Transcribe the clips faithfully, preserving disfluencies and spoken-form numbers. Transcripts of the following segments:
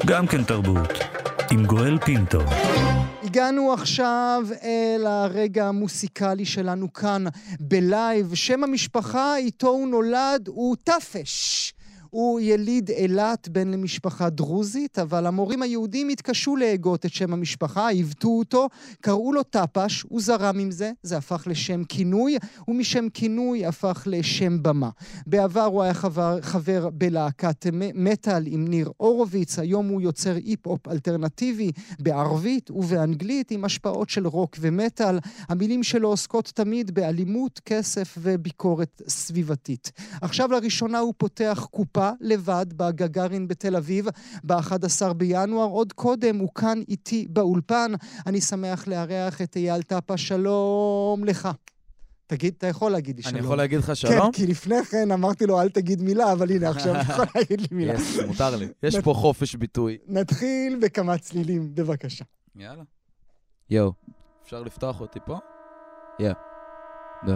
גם כן תרבות, עם גואל פינטו. הגענו עכשיו אל הרגע המוסיקלי שלנו כאן בלייב. שם המשפחה איתו הוא נולד הוא טפש. הוא יליד אילת בן למשפחה דרוזית, אבל המורים היהודים התקשו להגות את שם המשפחה, עיוותו אותו, קראו לו טפש, הוא זרם עם זה, זה הפך לשם כינוי, ומשם כינוי הפך לשם במה. בעבר הוא היה חבר, חבר בלהקת מטל עם ניר אורוביץ, היום הוא יוצר היפ-הופ אלטרנטיבי בערבית ובאנגלית עם השפעות של רוק ומטל. המילים שלו עוסקות תמיד באלימות, כסף וביקורת סביבתית. עכשיו לראשונה הוא פותח קופה לבד בגגרין בתל אביב ב-אחד עשר בינואר. עוד קודם הוא כאן איתי באולפן. אני שמח לארח את אייל טפש. שלום לך. תגיד, אתה יכול להגיד לי שלום. אני יכול להגיד לך שלום? כן, כי לפני כן אמרתי לו אל תגיד מילה, אבל הנה עכשיו אתה יכול להגיד לי מילה. יש, מותר לי. יש פה חופש ביטוי. נתחיל בכמה צלילים, בבקשה. יאללה. יו, אפשר לפתוח אותי פה? יא. דה.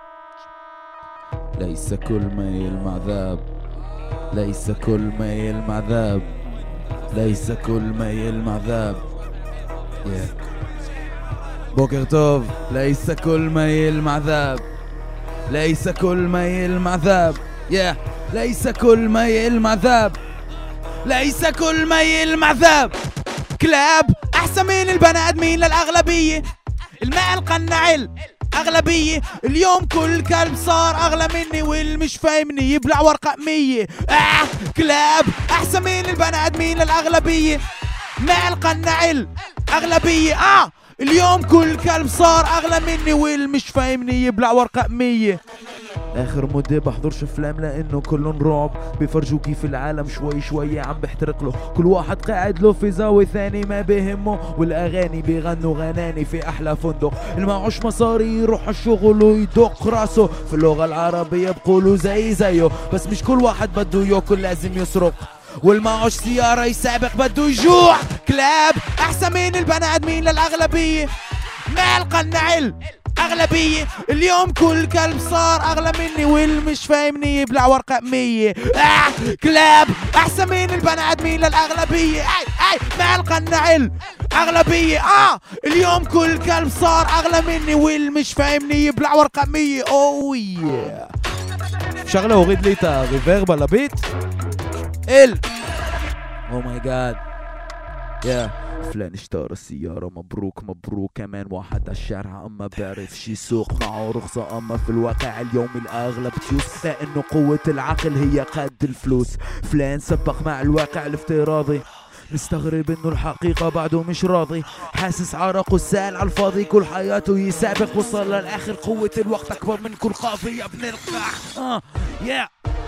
ليس كل ميل معذاب ليس كل ميل معذاب ليس كل ميل معذاب yeah. بوكر طوب ليس كل ميل معذاب ليس كل ميل معذاب yeah. ليس كل ميل معذاب ليس كل ميل معذاب كلاب احسن من البني ادمين للاغلبيه المال قنعل أغلبية اليوم كل كلب صار أغلى مني والمش فاهمني يبلع ورقة مية آه كلاب أحسن من البني آدمين للأغلبية مع القناعل أغلبية آه اليوم كل كلب صار أغلى مني والمش فاهمني يبلع ورقة مية آخر مدة بحضرش أفلام لأنه كلهم رعب بيفرجوا كيف العالم شوي شوي عم بيحترق له كل واحد قاعد له في زاوية ثاني ما بيهمه والأغاني بيغنوا غناني في أحلى فندق المعوش مصاري يروح الشغل ويدق راسه في اللغة العربية بقولوا زي زيه بس مش كل واحد بده ياكل لازم يسرق والمعوش سيارة يسابق بده يجوع كلاب أحسن من البني آدمين للأغلبية مع القناعل أغلبية اليوم كل كلب صار أغلى مني والمش فاهمني يبلع ورقة مية آه كلاب أحسن من البني آدمين للأغلبية أي أي مع القناعل أغلبية آه اليوم كل كلب صار أغلى مني والمش فاهمني يبلع ورقة مية أوه ياه אפשר להוריד לי את הריברב על הביט? אל אומייגאד יא فلان اشترى السيارة مبروك مبروك كمان واحد على الشارع اما بعرف شي سوق معه رخصة اما في الواقع اليوم الاغلب تشوف لانه قوة العقل هي قد الفلوس فلان سبق مع الواقع الافتراضي مستغرب انه الحقيقة بعده مش راضي حاسس عرقه سال على الفاضي كل حياته يسابق وصل للاخر قوة الوقت اكبر من كل قافية يا ابن القاح اه يا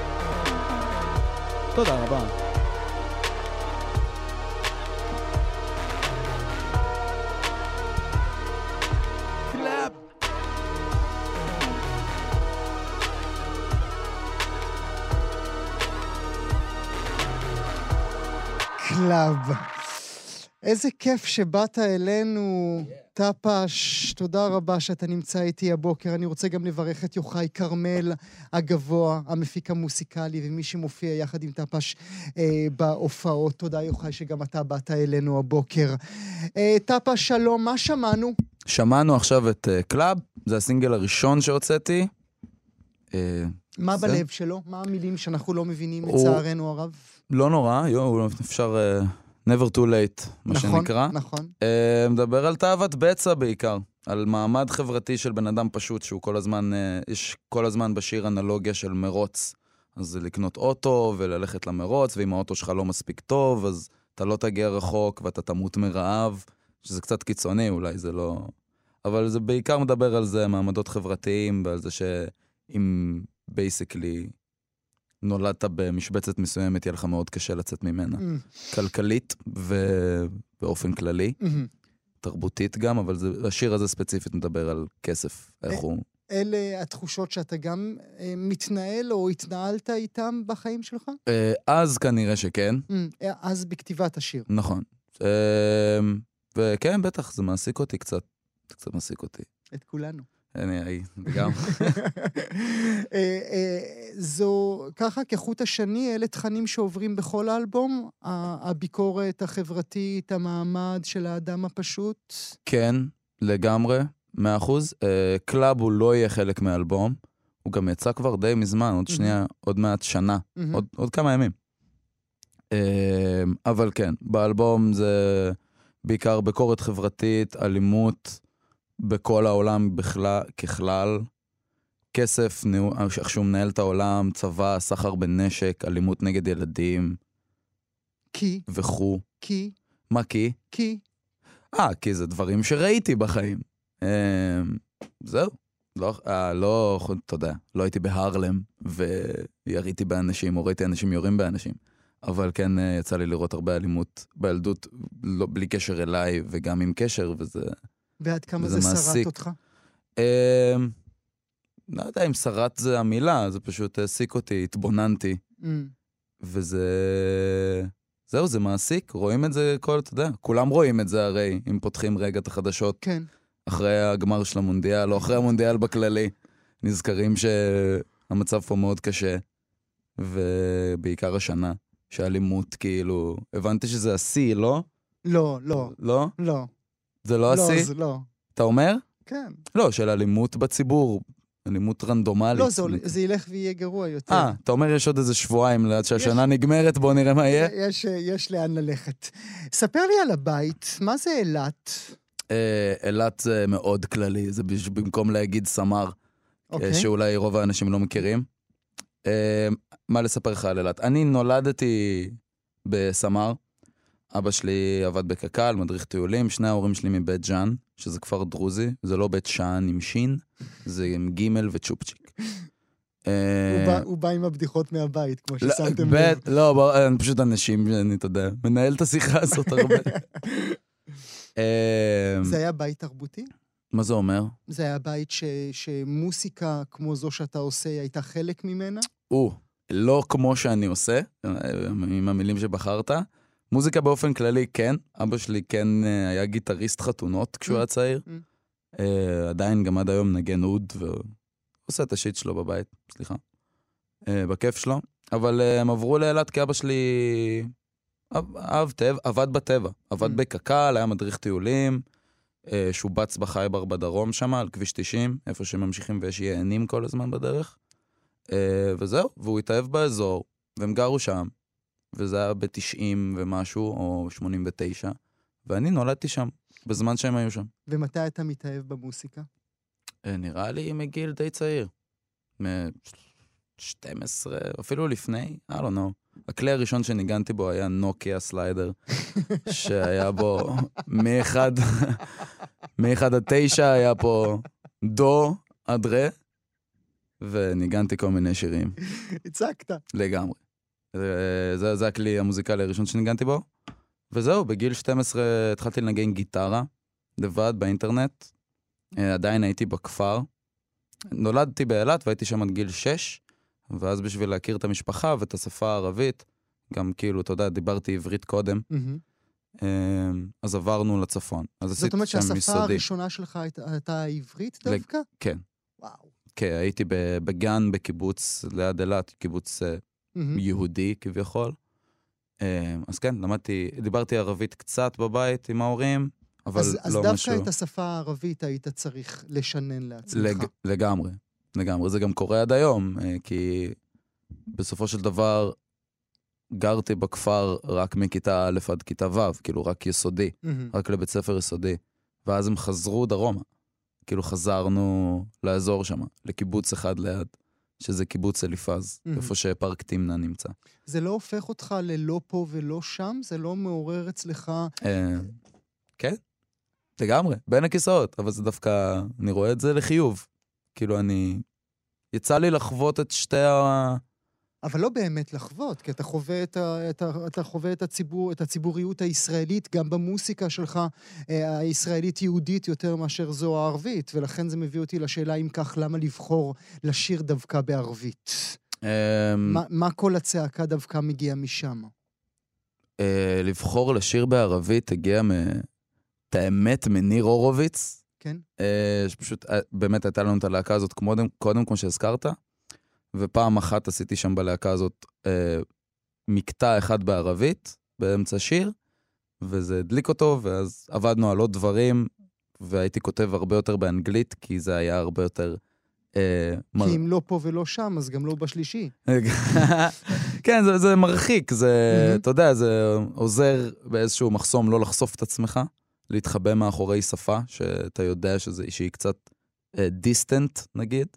تודה רבה קלאב. איזה כיף שבאת אלינו, טפש. תודה רבה שאתה נמצא איתי הבוקר. אני רוצה גם לברך את יוחאי כרמל הגבוה, המפיק המוסיקלי, ומי שמופיע יחד עם טפש אה, בהופעות. תודה יוחאי שגם אתה באת אלינו הבוקר. אה, טפש, שלום, מה שמענו? שמענו עכשיו את uh, קלאב, זה הסינגל הראשון שהוצאתי. Uh, מה זה? בלב שלו? מה המילים שאנחנו לא מבינים הוא... לצערנו הרב? לא נורא, יו, אפשר... Uh, never too late, מה נכון, שנקרא. נכון. Uh, מדבר על תאוות בצע בעיקר, על מעמד חברתי של בן אדם פשוט, שהוא כל הזמן, uh, יש כל הזמן בשיר אנלוגיה של מרוץ. אז זה לקנות אוטו וללכת למרוץ, ואם האוטו שלך לא מספיק טוב, אז אתה לא תגיע רחוק ואתה תמות מרעב, שזה קצת קיצוני אולי, זה לא... אבל זה בעיקר מדבר על זה, מעמדות חברתיים, ועל זה שאם בייסיקלי נולדת במשבצת מסוימת, יהיה לך מאוד קשה לצאת ממנה. Mm. כלכלית ובאופן כללי, mm-hmm. תרבותית גם, אבל זה, השיר הזה ספציפית מדבר על כסף, איך הוא... אלה התחושות שאתה גם אה, מתנהל או התנהלת איתם בחיים שלך? אה, אז כנראה שכן. אה, אז בכתיבת השיר. נכון. אה, וכן, בטח, זה מעסיק אותי קצת. זה קצת מעסיק אותי. את כולנו. אני, גם. זו, ככה, כחוט השני, אלה תכנים שעוברים בכל האלבום? הביקורת החברתית, המעמד של האדם הפשוט? כן, לגמרי, מאה אחוז. קלאב הוא לא יהיה חלק מהאלבום. הוא גם יצא כבר די מזמן, עוד שנייה, עוד מעט שנה, עוד כמה ימים. אבל כן, באלבום זה בעיקר ביקורת חברתית, אלימות בכל העולם ככלל, כסף, איך שהוא מנהל את העולם, צבא, סחר בנשק, אלימות נגד ילדים. כי? וכו. כי? מה כי? כי? אה, כי זה דברים שראיתי בחיים. זהו. לא, אה, לא, אתה יודע, לא הייתי בהרלם ויריתי באנשים, או ראיתי אנשים יורים באנשים. אבל כן יצא לי לראות הרבה אלימות בילדות, לא, בלי קשר אליי וגם עם קשר, וזה ועד כמה זה שרת אותך? אה, לא יודע אם שרת זה המילה, זה פשוט העסיק אותי, התבוננתי. Mm. וזה... זהו, זה מעסיק, רואים את זה כל, אתה יודע, כולם רואים את זה הרי, אם פותחים רגע את החדשות. כן. אחרי הגמר של המונדיאל, או אחרי המונדיאל בכללי, נזכרים שהמצב פה מאוד קשה, ובעיקר השנה, שהאלימות כאילו, הבנתי שזה השיא, לא? לא, לא. לא? לא. זה לא השיא? לא, זה לא. אתה אומר? כן. לא, של אלימות בציבור, אלימות רנדומלית. לא, זה, זה ילך ויהיה גרוע יותר. אה, אתה אומר יש עוד איזה שבועיים, עד שהשנה יש... נגמרת, בוא נראה מה יהיה? יש, יש לאן ללכת. ספר לי על הבית, מה זה אילת? אילת זה מאוד כללי, זה במקום להגיד סמר, שאולי רוב האנשים לא מכירים. מה לספר לך על אילת? אני נולדתי בסמר, אבא שלי עבד בקק"ל, מדריך טיולים, שני ההורים שלי מבית ג'אן, שזה כפר דרוזי, זה לא בית שאן עם שין, זה עם גימל וצ'ופצ'יק. הוא בא עם הבדיחות מהבית, כמו ששמתם לב. לא, פשוט אנשים, אני אתה יודע, מנהל את השיחה הזאת הרבה. זה היה בית תרבותי? מה זה אומר? זה היה בית שמוסיקה כמו זו שאתה עושה הייתה חלק ממנה? או, לא כמו שאני עושה, עם המילים שבחרת. מוזיקה באופן כללי כן, אבא שלי כן היה גיטריסט חתונות כשהוא היה צעיר. עדיין גם עד היום נגן אוד ועושה את השיט שלו בבית, סליחה, בכיף שלו. אבל הם עברו לאילת כי אבא שלי... אהב טבע, עבד בטבע, עבד בקק"ל, היה מדריך טיולים, שובץ בחייבר בדרום שם, על כביש תשעים, איפה שממשיכים ויש יענים כל הזמן בדרך. וזהו, והוא התאהב באזור, והם גרו שם, וזה היה ב-תשעים ומשהו, או שמונים ותשע, ואני נולדתי שם, בזמן שהם היו שם. ומתי אתה מתאהב במוסיקה? נראה לי מגיל די צעיר. מ-שתים עשרה, אפילו לפני, I don't know. הכלי הראשון שניגנתי בו היה נוקיה סליידר, שהיה בו מאחד, מאחד עד תשע היה פה דו עד רה, וניגנתי כל מיני שירים. הצקת. לגמרי. זה, זה הכלי המוזיקלי הראשון שניגנתי בו, וזהו, בגיל שתים עשרה התחלתי לנגן גיטרה, לבד באינטרנט, עדיין הייתי בכפר, נולדתי באילת והייתי שם עד גיל שש, ואז בשביל להכיר את המשפחה ואת השפה הערבית, גם כאילו, אתה יודע, דיברתי עברית קודם, mm-hmm. אז עברנו לצפון. אז זאת אומרת שהשפה יסודי. הראשונה שלך הייתה העברית דווקא? כן. וואו. כן, הייתי בגן בקיבוץ ליד אילת, קיבוץ mm-hmm. יהודי כביכול. אז כן, למדתי, דיברתי ערבית קצת בבית עם ההורים, אבל אז, לא אז משהו. אז דווקא את השפה הערבית היית צריך לשנן לעצמך. לג, לגמרי. לגמרי, זה גם קורה עד היום, כי בסופו של דבר גרתי בכפר רק מכיתה א' עד כיתה ו', כאילו רק יסודי, mm-hmm. רק לבית ספר יסודי, ואז הם חזרו דרומה, כאילו חזרנו לאזור שם, לקיבוץ אחד ליד, שזה קיבוץ אליפז, mm-hmm. איפה שפארק תמנה נמצא. זה לא הופך אותך ללא פה ולא שם? זה לא מעורר אצלך? כן, לגמרי, בין הכיסאות, אבל זה דווקא, אני רואה את זה לחיוב. כאילו אני... יצא לי לחוות את שתי ה... אבל לא באמת לחוות, כי אתה חווה את, ה... אתה חווה את, הציבור... את הציבוריות הישראלית, גם במוסיקה שלך, הישראלית-יהודית יותר מאשר זו הערבית, ולכן זה מביא אותי לשאלה אם כך, למה לבחור לשיר דווקא בערבית? מה, מה כל הצעקה דווקא מגיע משם? לבחור לשיר בערבית הגיע מ... את האמת מניר הורוביץ, כן. שפשוט באמת הייתה לנו את הלהקה הזאת קודם, קודם כמו שהזכרת, ופעם אחת עשיתי שם בלהקה הזאת מקטע אחד בערבית, באמצע שיר, וזה הדליק אותו, ואז עבדנו על עוד דברים, והייתי כותב הרבה יותר באנגלית, כי זה היה הרבה יותר... כי אם לא פה ולא שם, אז גם לא בשלישי. כן, זה מרחיק, אתה יודע, זה עוזר באיזשהו מחסום לא לחשוף את עצמך, להתחבא מאחורי שפה, שאתה יודע שהיא קצת דיסטנט, נגיד.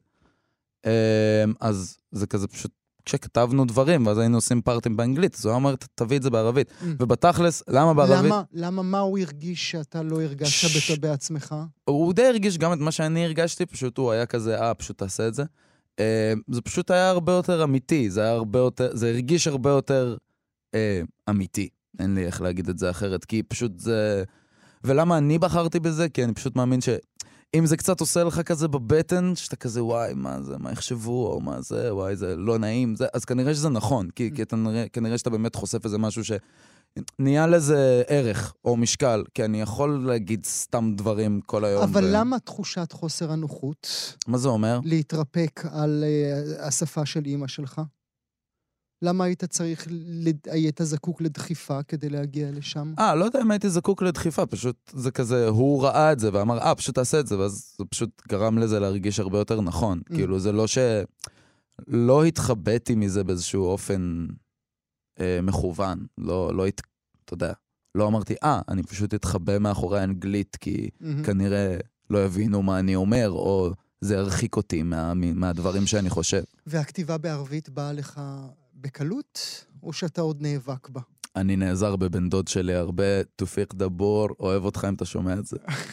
אז זה כזה פשוט, כשכתבנו דברים, ואז היינו עושים פארטים באנגלית, אז הוא אמר, תביא את זה בערבית. ובתכלס, למה בערבית? למה, מה הוא הרגיש שאתה לא הרגשת בעצמך? הוא די הרגיש גם את מה שאני הרגשתי, פשוט הוא היה כזה, אה, פשוט תעשה את זה. זה פשוט היה הרבה יותר אמיתי, זה היה הרבה יותר, זה הרגיש הרבה יותר אמיתי. אין לי איך להגיד את זה אחרת, כי פשוט זה... ולמה אני בחרתי בזה? כי אני פשוט מאמין ש... אם זה קצת עושה לך כזה בבטן, שאתה כזה, וואי, מה זה, מה יחשבו, או מה זה, וואי, זה לא נעים, זה, אז כנראה שזה נכון, כי, כי אתה, כנראה שאתה באמת חושף איזה משהו שנהיה לזה ערך או משקל, כי אני יכול להגיד סתם דברים כל היום. אבל ו... למה תחושת חוסר הנוחות? מה זה אומר? להתרפק על uh, השפה של אמא שלך? למה היית צריך, היית זקוק לדחיפה כדי להגיע לשם? אה, לא יודע אם הייתי זקוק לדחיפה, פשוט זה כזה, הוא ראה את זה ואמר, אה, פשוט תעשה את זה, ואז זה פשוט גרם לזה להרגיש הרבה יותר נכון. כאילו, זה לא ש... לא התחבאתי מזה באיזשהו אופן אה, מכוון. לא, לא, אתה יודע, לא אמרתי, אה, אני פשוט אתחבא מאחורי האנגלית, כי כנראה לא יבינו מה אני אומר, או זה הרחיק אותי מה, מהדברים שאני חושב. והכתיבה בערבית באה לך... בקלות, או שאתה עוד נאבק בה? אני נעזר בבן דוד שלי הרבה, תופיק דבור, אוהב אותך אם אתה שומע את זה.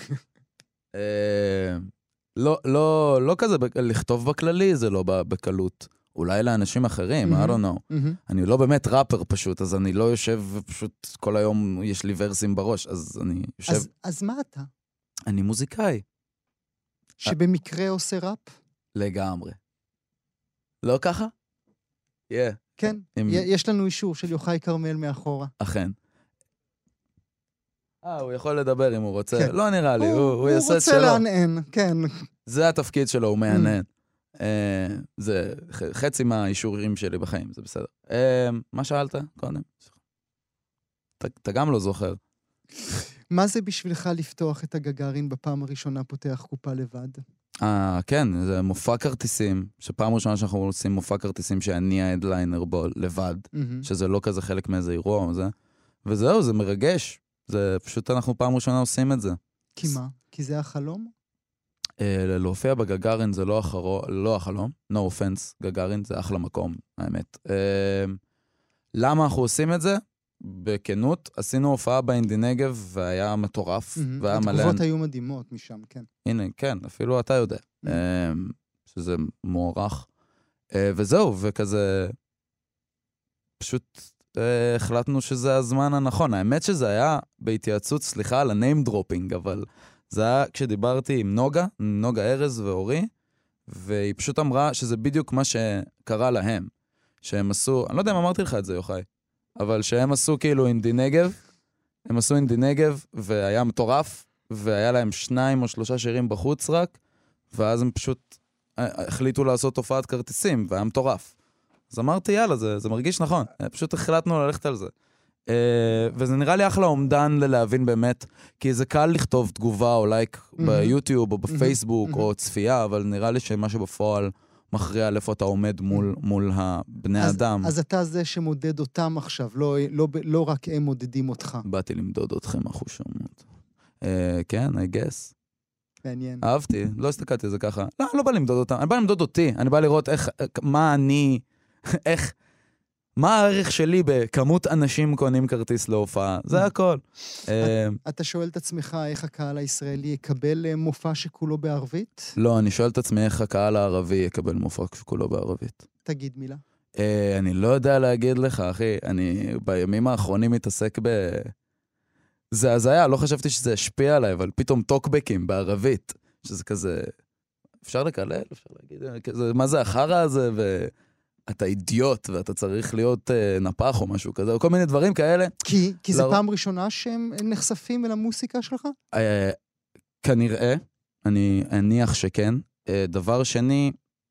לא, לא, לא כזה, לכתוב בכללי זה לא בקלות. אולי לאנשים אחרים, I don't know. אני לא באמת ראפר פשוט, אז אני לא יושב ופשוט כל היום יש לי ורסים בראש, אז אני יושב... אז מה אתה? אני מוזיקאי. שבמקרה עושה ראפ? לגמרי. לא ככה? כן. כן, יש לנו אישור של יוחאי כרמל מאחורה. אכן. אה, הוא יכול לדבר אם הוא רוצה. לא נראה לי, הוא יעשה את שלו. הוא רוצה לענן, כן. זה התפקיד שלו, הוא מענן. זה חצי מהאישורים שלי בחיים, זה בסדר. מה שאלת קודם? אתה גם לא זוכר. מה זה בשבילך לפתוח את הגגארין בפעם הראשונה פותח קופה לבד? אה, כן, זה מופע כרטיסים, שפעם ראשונה שאנחנו עושים מופע כרטיסים שאני ההדליינר בו לבד, שזה לא כזה חלק מאיזה אירוע, וזה, וזהו, זה מרגש. זה פשוט אנחנו פעם ראשונה עושים את זה. כי מה? כי זה החלום? אה, להופיע בגגארין זה לא, החרו, לא החלום, no offense, גגארין זה אחלה מקום, האמת. אה, למה אנחנו עושים את זה? בכנות, עשינו הופעה באינדי נגב, והיה מטורף, והיה מלא... התגובות היו מדהימות משם, כן. הנה, כן, אפילו אתה יודע, שזה מוערך. וזהו, וכזה, פשוט החלטנו שזה הזמן הנכון. האמת שזה היה בהתייעצות, סליחה על הניים דרופינג, אבל זה היה כשדיברתי עם נוגה, נוגה ארז ואורי, והיא פשוט אמרה שזה בדיוק מה שקרה להם. שהם עשו, אני לא יודע אם אמרתי לך את זה, יוחאי, אבל שהם עשו כאילו אינדי נגב, הם עשו אינדי נגב, והיה מטורף, והיה להם שניים או שלושה שירים בחוץ רק, ואז הם פשוט החליטו לעשות תופעת כרטיסים, והיה מטורף. אז אמרתי, יאללה, זה, זה מרגיש נכון. פשוט החלטנו ללכת על זה. וזה נראה לי אחלה עומדן ללהבין באמת, כי זה קל לכתוב תגובה או לייק ביוטיוב או בפייסבוק או צפייה, אבל נראה לי שמה שבפועל מכריע על איפה אתה עומד מול, מול הבני אז, אדם. אז אתה זה שמודד אותם עכשיו, לא, לא, לא רק הם מודדים אותך. באתי למדוד אתכם אחושמות. Uh, כן, I guess. מעניין. אהבתי, לא הסתכלתי על זה ככה. לא, אני לא בא למדוד אותם, אני בא למדוד אותי, אני בא לראות איך, מה אני, איך, מה הערך שלי בכמות אנשים קונים כרטיס להופעה, זה הכל. אתה שואל את עצמך איך הקהל הישראלי יקבל מופע שכולו בערבית? לא, אני שואל את עצמי איך הקהל הערבי יקבל מופע שכולו בערבית. תגיד מילה. אני לא יודע להגיד לך, אחי, אני בימים האחרונים מתעסק ב... זה הזיה, לא חשבתי שזה השפיע עליי, אבל פתאום טוקבקים בערבית, שזה כזה, אפשר לקלל, אפשר להגיד, כזה, מה זה החרא הזה, ואתה אידיוט, ואתה צריך להיות uh, נפח או משהו כזה, או כל מיני דברים כאלה. כי, כי לא... זה פעם ראשונה שהם נחשפים אל המוסיקה שלך? Uh, כנראה, אני אניח שכן. דבר שני,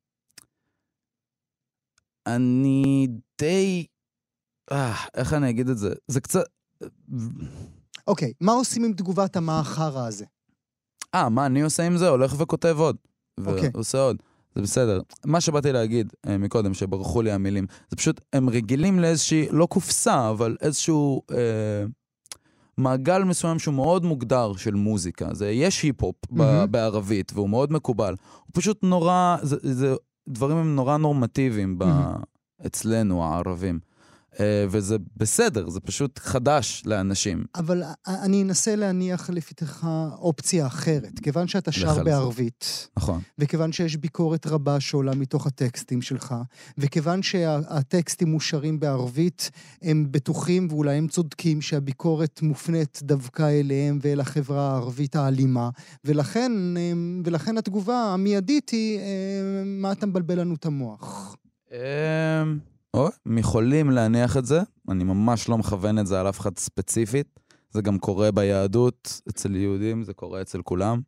אני די... אה, איך אני אגיד את זה? זה קצת... אוקיי, מה עושים עם תגובת המאחר הזה? אה, מה אני עושה עם זה? הולך וכותב עוד. אוקיי. ועושה עוד. זה בסדר. מה שבאתי להגיד אה, מקודם, שברחו לי המילים, זה פשוט, הם רגילים לאיזושהי, לא קופסה, אבל איזשהו אה, מעגל מסוים שהוא מאוד מוגדר של מוזיקה. זה יש היפ-הופ mm-hmm. בערבית, והוא מאוד מקובל. הוא פשוט נורא, זה, זה, דברים הם נורא נורמטיביים mm-hmm. אצלנו, הערבים. וזה בסדר, זה פשוט חדש לאנשים. אבל אני אנסה להניח לפתח אופציה אחרת, כיוון שאתה שר בערבית, נכון. וכיוון שיש ביקורת רבה שעולה מתוך הטקסטים שלך, וכיוון שהטקסטים מושרים בערבית, הם בטוחים ואולי הם צודקים שהביקורת מופנית דווקא אליהם ואל החברה הערבית האלימה, ולכן, ולכן התגובה המיידית היא, מה אתה מבלבל לנו את המוח? או, הם יכולים להניח את זה, אני ממש לא מכוון את זה על אף אחד ספציפית, זה גם קורה ביהדות, אצל יהודים, זה קורה אצל כולם.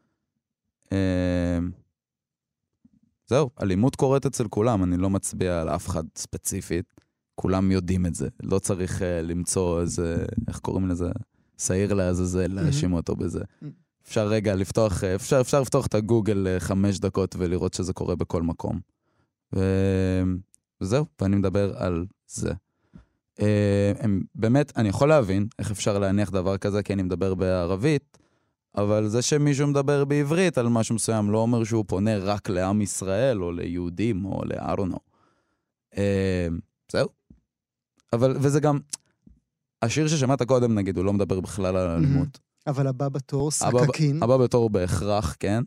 זהו, אלימות קורית אצל כולם, אני לא מצביע על אף אחד ספציפית, כולם יודעים את זה, לא צריך למצוא איזה, איך קוראים לזה, שעיר לעזאזל, להאשים אותו בזה. אפשר רגע לפתוח, אפשר, אפשר לפתוח את הגוגל חמש דקות ולראות שזה קורה בכל מקום. ו... וזהו, ואני מדבר על זה. הם, באמת, אני יכול להבין איך אפשר להניח דבר כזה, כי אני מדבר בערבית, אבל זה שמישהו מדבר בעברית על משהו מסוים, לא אומר שהוא פונה רק לעם ישראל, או ליהודים, או לארונו. זהו. אבל, וזה גם, השיר ששמעת קודם, נגיד, הוא לא מדבר בכלל על אלימות. אבל הבא בתור, סקקין. הבא בתור הוא בהכרח, כן?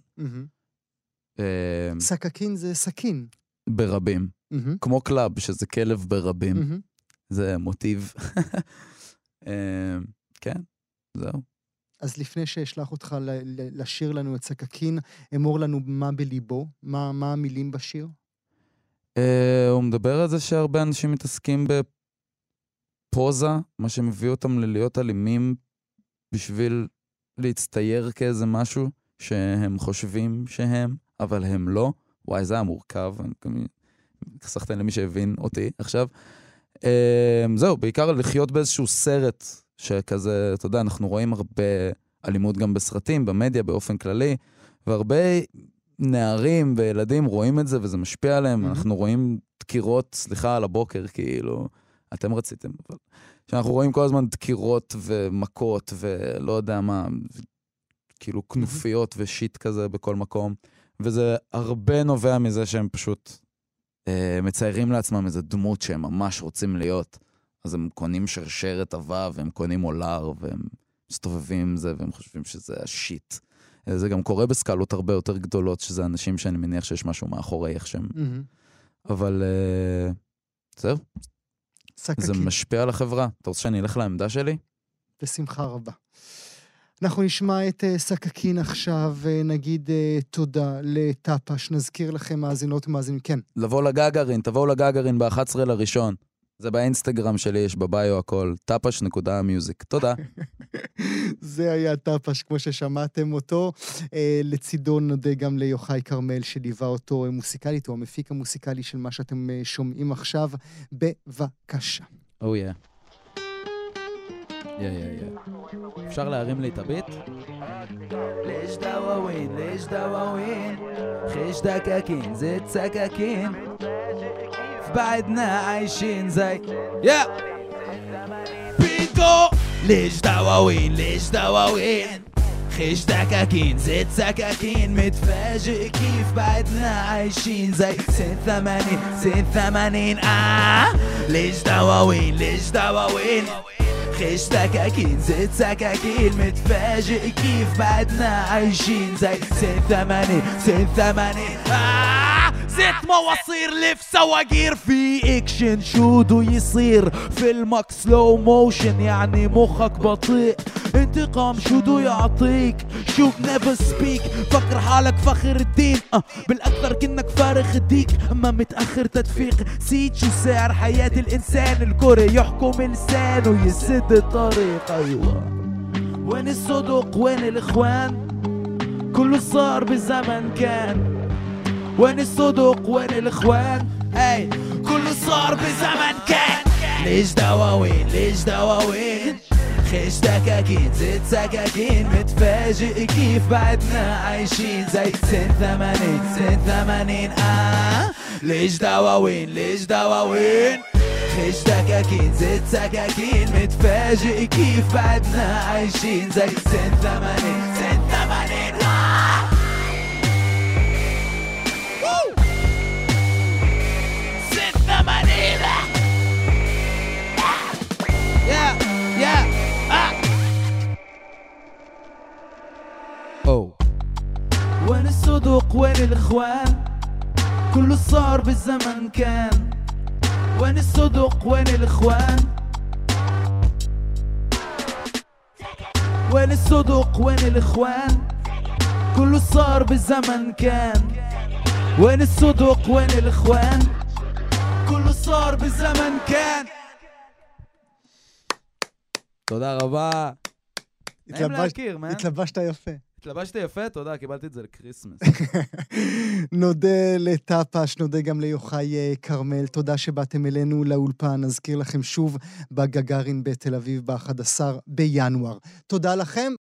סקקין זה סכין. ברבים. Mm-hmm. כמו קלאב, שזה כלב ברבים. Mm-hmm. זה מוטיב. כן, זהו. אז לפני שאשלח אותך לשיר לנו את סקקין, אמור לנו מה בליבו, מה, מה המילים בשיר? הוא מדבר על זה שהרבה אנשים מתעסקים בפוזה, מה שמביא אותם ללהיות אלימים בשביל להצטייר כאיזה משהו שהם חושבים שהם, אבל הם לא. וואי, זה היה מורכב, אני חסכתי למי שהבין אותי עכשיו. זהו, בעיקר לחיות באיזשהו סרט שכזה, אתה יודע, אנחנו רואים הרבה אלימות גם בסרטים, במדיה, באופן כללי, והרבה נערים וילדים רואים את זה וזה משפיע עליהם. Mm-hmm. אנחנו רואים דקירות, סליחה על הבוקר, כאילו, אתם רציתם, אבל שאנחנו רואים כל הזמן דקירות ומכות ולא יודע מה, כאילו כנופיות mm-hmm. ושיט כזה בכל מקום. וזה הרבה נובע מזה שהם פשוט אה, מציירים לעצמם איזו דמות שהם ממש רוצים להיות. אז הם קונים שרשרת אבא, והם קונים אולר, והם מסתובבים עם זה, והם חושבים שזה השיט. אה, זה גם קורה בסקלות הרבה יותר גדולות, שזה אנשים שאני מניח שיש משהו מאחורי איך שהם. Mm-hmm. אבל אה, זהו. סקקין. זה משפיע על החברה. אתה רוצה שאני אלך לעמדה שלי? בשמחה רבה. אנחנו נשמע את uh, סקקין עכשיו, ונגיד uh, תודה לטאפש, נזכיר לכם מאזינות ומאזינים, כן. לבוא לגגרין, תבואו לגגרין ב-אחד עשר לראשון. זה באינסטגרם שלי, יש בביו הכל, טאפש נקודה מיוזיק. תודה. זה היה טאפש, כמו ששמעתם אותו. Uh, לצידו נודה גם ליוחאי קרמל, שליווה אותו מוסיקלית, או המפיק המוסיקלי של מה שאתם uh, שומעים עכשיו. בבקשה. או יא. יא יא יא. אפשר להרים לי את הביט? ליש דוואווין, ליש דוואווין, חיש דקקין, זה צקקין, בעדנה עיישין זי, יא! פינקו! ליש דוואווין, ליש דוואווין, חיש דקקין, זה צקקין, מתפאג'י כיף בעדנה עיישין זי, סין תמנין, סין תמנין, אה! ליש דוואווין, ליש דוואווין, خيش تكاكين زيت سكاكين متفاجئ كيف بعدنا عايشين زي سنة ثمانين سنة ثمانين آه زيت مواصير لف سواقير في اكشن شودو يصير فيلمك سلو موشن يعني مخك بطيء انتقام شودو يعطيك شوف نيفر سبيك فكر حالك فخر الدين أه بالاكثر كنك فارغ الديك اما متاخر تدفيق سيت شو سعر حياة الانسان الكوري يحكم لسانه يسد الطريق. ايوه وين الصدق وين الاخوان كله صار بزمن كان وين الصدق وين الاخوان اي كله صار بزمن كان ليش دواوين ليش دواوين خيش دكاكين زيت سكاكين متفاجئ كيف بعدنا عايشين زي سنة ثمانين سنة ثمانين آه ليش دواوين ليش دواوين خيش دكاكين زيت سكاكين متفاجئ كيف بعدنا عايشين زي سنة ثمانين سنة ثمانين آه سنة ثمانين يا يا أو وين الصدق وين الإخوان كله صار بالزمن كان وين الصدق وين الإخوان وين الصدق وين الإخوان كله صار بالزمن كان وين الصدق وين الإخوان كله صار بالزمن كان תודה רבה. נעים להכיר, מה? התלבשת יפה. התלבשת יפה, תודה, קיבלתי את זה לקריסמס. נודה לטאפש, נודה גם ליוחאי קרמל, תודה שבאתם אלינו לאולפן, נזכיר לכם שוב בגגארין בתל אביב ב-אחד עשר בינואר. תודה לכם.